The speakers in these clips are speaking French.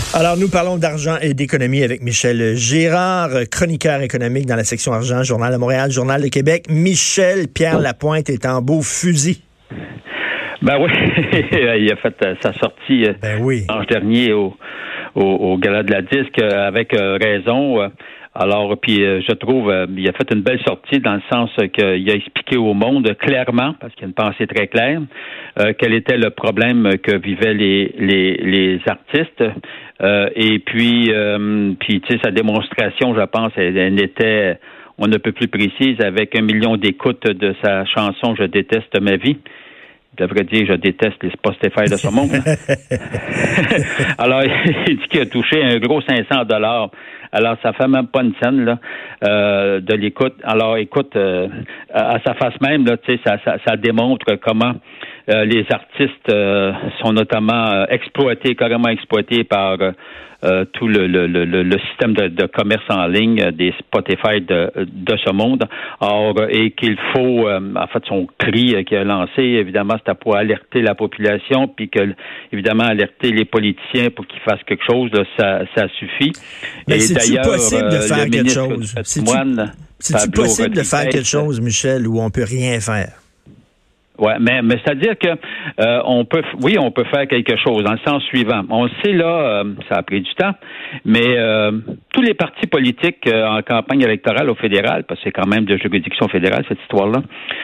Alors, nous parlons d'argent et d'économie avec Michel Gérard, chroniqueur économique dans la section argent, Journal de Montréal, Journal de Québec. Michel, Pierre Lapointe est en beau fusil. Ben oui, il a fait sa sortie dimanche dernier au Gala de la Disque avec raison. Alors, puis je trouve il a fait une belle sortie dans le sens qu'il a expliqué au monde clairement, parce qu'il y a une pensée très claire, quel était le problème que vivaient les artistes. Et puis tu sais, sa démonstration, je pense, elle était, on ne peut plus précise, avec 1 million d'écoutes de sa chanson « Je déteste ma vie ». Je devrais dire, je déteste les Spotify de ce monde. Alors, il dit qu'il a touché un gros 500 $. Alors, ça fait même pas une scène là de l'écoute. Alors, écoute, à sa face même, là, tu sais, ça démontre comment les artistes sont notamment carrément exploités par tout le système de commerce en ligne des Spotify de ce monde. Or, et qu'il faut, en fait, son cri qu'il a lancé, évidemment, c'était pour alerter la population, puis que, évidemment, alerter les politiciens pour qu'ils fassent quelque chose, là, ça suffit. Mais et c'est-tu d'ailleurs, possible de faire quelque chose? C'est-tu possible de faire quelque chose, Michel, où on peut rien faire? Ouais, mais c'est-à-dire que on peut faire quelque chose dans le sens suivant. On sait là, ça a pris du temps, mais tous les partis politiques en campagne électorale au fédéral, parce que c'est quand même de juridiction fédérale cette histoire-là,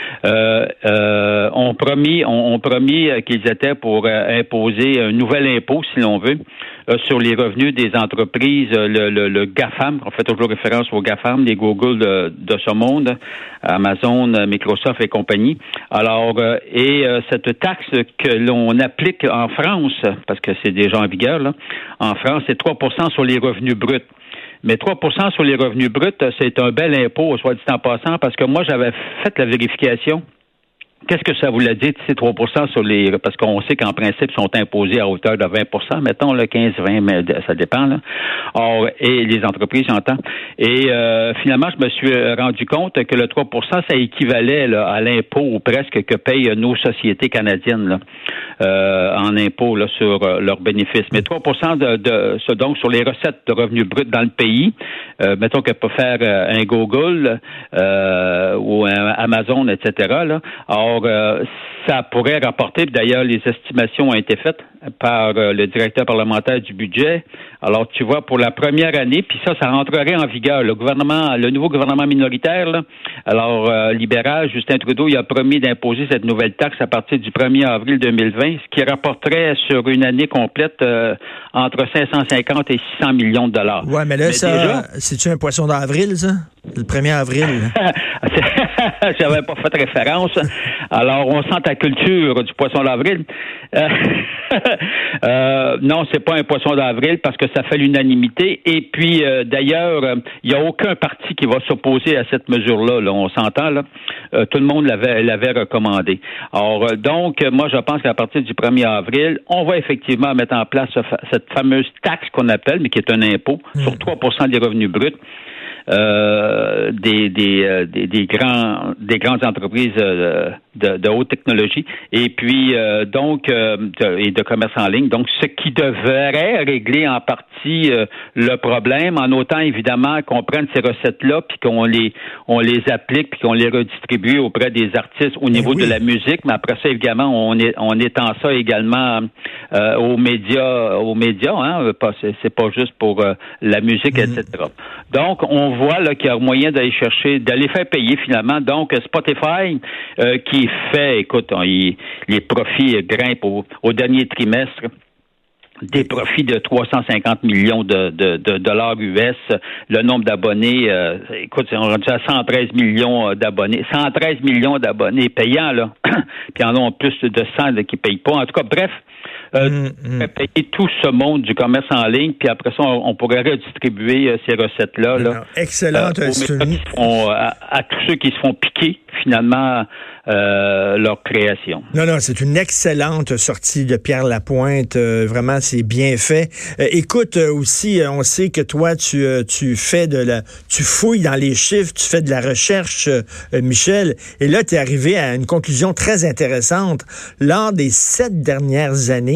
ont promis qu'ils étaient pour imposer un nouvel impôt, si l'on veut, sur les revenus des entreprises, le GAFAM, on fait toujours référence au GAFAM, les Google de ce monde, Amazon, Microsoft et compagnie. Alors, cette taxe que l'on applique en France, parce que c'est déjà en vigueur, là, en France, c'est 3% sur les revenus bruts. Mais 3% sur les revenus bruts, c'est un bel impôt, soit dit en passant, parce que moi, j'avais fait la vérification. Qu'est-ce que ça voulait dire, ces 3% sur les... Parce qu'on sait qu'en principe, ils sont imposés à hauteur de 20%, mettons, le 15-20, mais ça dépend, là. Or, et les entreprises, j'entends. Et finalement, je me suis rendu compte que le 3%, ça équivalait là, à l'impôt ou presque que payent nos sociétés canadiennes là, en impôt là, sur leurs bénéfices. Mais 3% donc sur les recettes de revenus bruts dans le pays, mettons que peut faire un Google ou un Amazon, etc., là. Or, ça pourrait rapporter, d'ailleurs, les estimations ont été faites par le directeur parlementaire du budget. Alors, tu vois, pour la première année, puis ça rentrerait en vigueur. Le nouveau gouvernement minoritaire, là, alors libéral, Justin Trudeau, il a promis d'imposer cette nouvelle taxe à partir du 1er avril 2020, ce qui rapporterait sur une année complète entre 550 et 600 millions de dollars. Ouais, mais là, c'est-tu un poisson d'avril, ça? Le 1er avril. J'avais pas fait référence. Alors, on sent ta culture du poisson d'avril. Non, c'est pas un poisson d'avril parce que ça fait l'unanimité. Et puis, d'ailleurs, il n'y a aucun parti qui va s'opposer à cette mesure-là. Là, on s'entend, là. Tout le monde l'avait recommandé. Alors, donc, moi, je pense qu'à partir du 1er avril, on va effectivement mettre en place cette fameuse taxe qu'on appelle, mais qui est un impôt, sur 3% des revenus bruts. Des grandes entreprises de haute technologie et puis et de commerce en ligne. Donc, ce qui devrait régler en partie le problème, en autant évidemment qu'on prenne ces recettes-là puis qu'on les applique puis qu'on les redistribue auprès des artistes au niveau de la musique, mais après ça, évidemment, on étend ça également aux médias, hein, c'est pas juste pour la musique, etc. Donc, on voit là qu'il y a moyen d'aller faire payer finalement. Donc, Spotify qui fait, écoute, les profits grimpent au dernier trimestre. Des profits de 350 millions de dollars US, le nombre d'abonnés, écoute, on est à 113 millions d'abonnés. 113 millions d'abonnés payants, là. Puis il y en a plus de 100 là, qui ne payent pas. En tout cas, bref, payer tout ce monde du commerce en ligne, puis après ça, on pourrait redistribuer ces recettes-là. Là, excellente. À tous ceux qui se font piquer, finalement, leur création. Non, c'est une excellente sortie de Pierre Lapointe. Vraiment, c'est bien fait. Écoute, aussi, on sait que toi, tu fouilles dans les chiffres, tu fais de la recherche, Michel, et là, tu es arrivé à une conclusion très intéressante. Lors des 7 dernières années,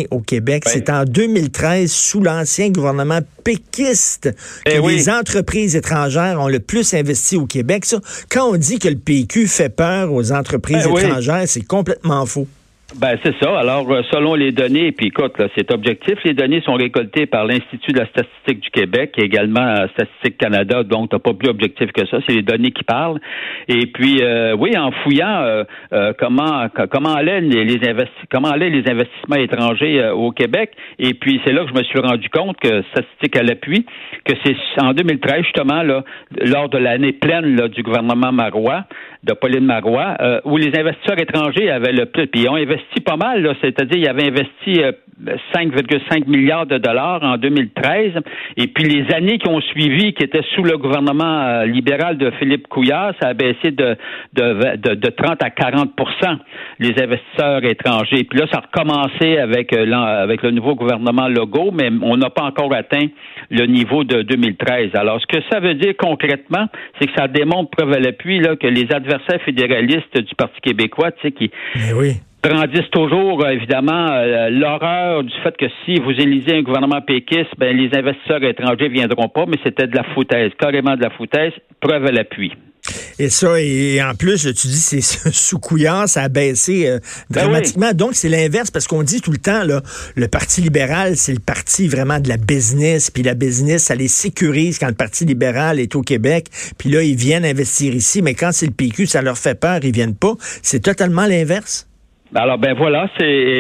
au Québec. Oui. C'est en 2013, sous l'ancien gouvernement péquiste, que les entreprises étrangères ont le plus investi au Québec. Ça, quand on dit que le PQ fait peur aux entreprises étrangères, c'est complètement faux. Ben c'est ça. Alors, selon les données, puis écoute, là, c'est objectif, les données sont récoltées par l'Institut de la statistique du Québec et également Statistique Canada, donc t'as pas plus objectif que ça, c'est les données qui parlent. Et puis, en fouillant comment allaient les investissements étrangers au Québec, et puis c'est là que je me suis rendu compte que Statistique à l'appui, que c'est en 2013 justement, là, lors de l'année pleine là, du gouvernement Marois, de Pauline Marois, où les investisseurs étrangers avaient le plus, puis ils ont investi pas mal, là, c'est-à-dire ils avaient investi 5,5 milliards de dollars en 2013, et puis les années qui ont suivi, qui étaient sous le gouvernement libéral de Philippe Couillard, ça a baissé de 30 à 40% les investisseurs étrangers. Puis là, ça a recommencé avec le nouveau gouvernement Legault, mais on n'a pas encore atteint le niveau de 2013. Alors, ce que ça veut dire concrètement, c'est que ça démontre preuve à l'appui là, que les adversaires fédéralistes du Parti québécois, tu sais, qui brandissent toujours, évidemment, l'horreur du fait que si vous élisez un gouvernement péquiste, ben les investisseurs étrangers viendront pas, mais c'était de la foutaise, carrément de la foutaise, preuve à l'appui. Et ça, et en plus, tu dis, c'est sous Couillard, ça a baissé dramatiquement. Donc, c'est l'inverse, parce qu'on dit tout le temps, là, le Parti libéral, c'est le parti vraiment de la business, puis la business, ça les sécurise quand le Parti libéral est au Québec, puis là, ils viennent investir ici, mais quand c'est le PQ, ça leur fait peur, ils viennent pas. C'est totalement l'inverse. Alors voilà,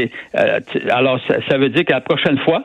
ça veut dire qu'à la prochaine fois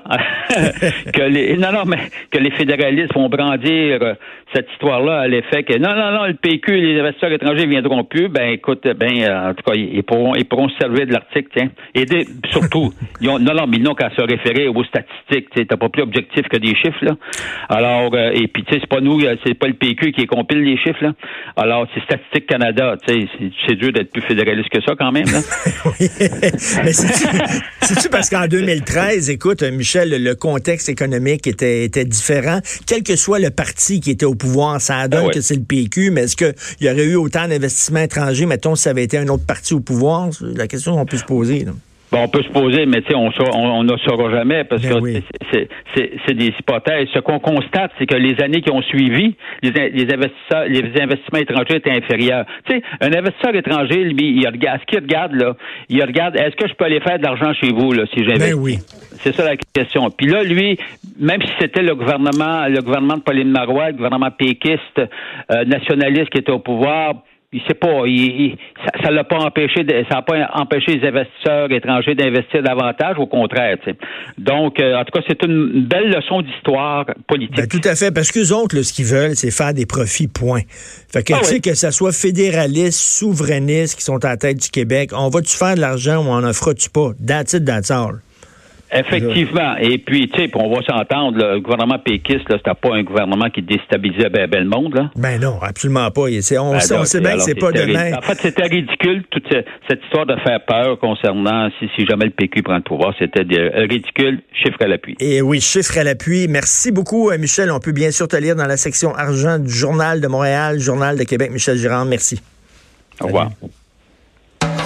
que les fédéralistes vont brandir cette histoire-là à l'effet que non, le PQ, les investisseurs étrangers viendront plus, ben écoute, en tout cas, ils pourront se servir de l'article, tiens. Et surtout, mais ils n'ont qu'à se référer aux statistiques, tu sais, t'as pas plus objectif que des chiffres, là. Alors, et puis tu sais, c'est pas le PQ qui compile les chiffres, là. Alors, c'est Statistique Canada, tu sais, c'est dur d'être plus fédéraliste que ça quand même, là. Oui. Mais c'est-tu parce qu'en 2013, écoute, Michel, le contexte économique était différent. Quel que soit le parti qui était au pouvoir, ça donne que c'est le PQ, mais est-ce qu'il y aurait eu autant d'investissements étrangers, mettons, si ça avait été un autre parti au pouvoir? C'est la question qu'on peut se poser, là. Bon, on peut se poser, mais tu sais, on ne saura jamais parce que c'est des hypothèses. Ce qu'on constate, c'est que les années qui ont suivi, les investissements étrangers étaient inférieurs. Tu sais, un investisseur étranger, lui, il regarde, est-ce que je peux aller faire de l'argent chez vous, là, si j'investis? Ben oui. C'est ça la question. Puis là, lui, même si c'était le gouvernement de Pauline Marois, le gouvernement péquiste, nationaliste qui était au pouvoir, il sait pas, ça l'a pas empêché, ça n'a pas empêché les investisseurs étrangers d'investir davantage, au contraire, tu sais. Donc, en tout cas, c'est une belle leçon d'histoire politique. Ben, tout à fait, parce qu'eux autres, là, ce qu'ils veulent, c'est faire des profits, point. Fait que, tu sais, que ça soit fédéraliste, souverainiste, qui sont à la tête du Québec, on va-tu faire de l'argent ou on en fera-tu pas? That's it, that's all. Effectivement. Et puis, tu sais, on va s'entendre, le gouvernement péquiste, là, c'était pas un gouvernement qui déstabilisait le monde, là. Ben non, absolument pas. On sait bien que c'est pas demain. En fait, c'était ridicule, toute cette histoire de faire peur concernant si jamais le PQ prend le pouvoir. C'était ridicule, chiffre à l'appui. Et oui, chiffre à l'appui. Merci beaucoup, Michel. On peut bien sûr te lire dans la section argent du Journal de Montréal, Journal de Québec. Michel Girard, merci. Au revoir. Salut.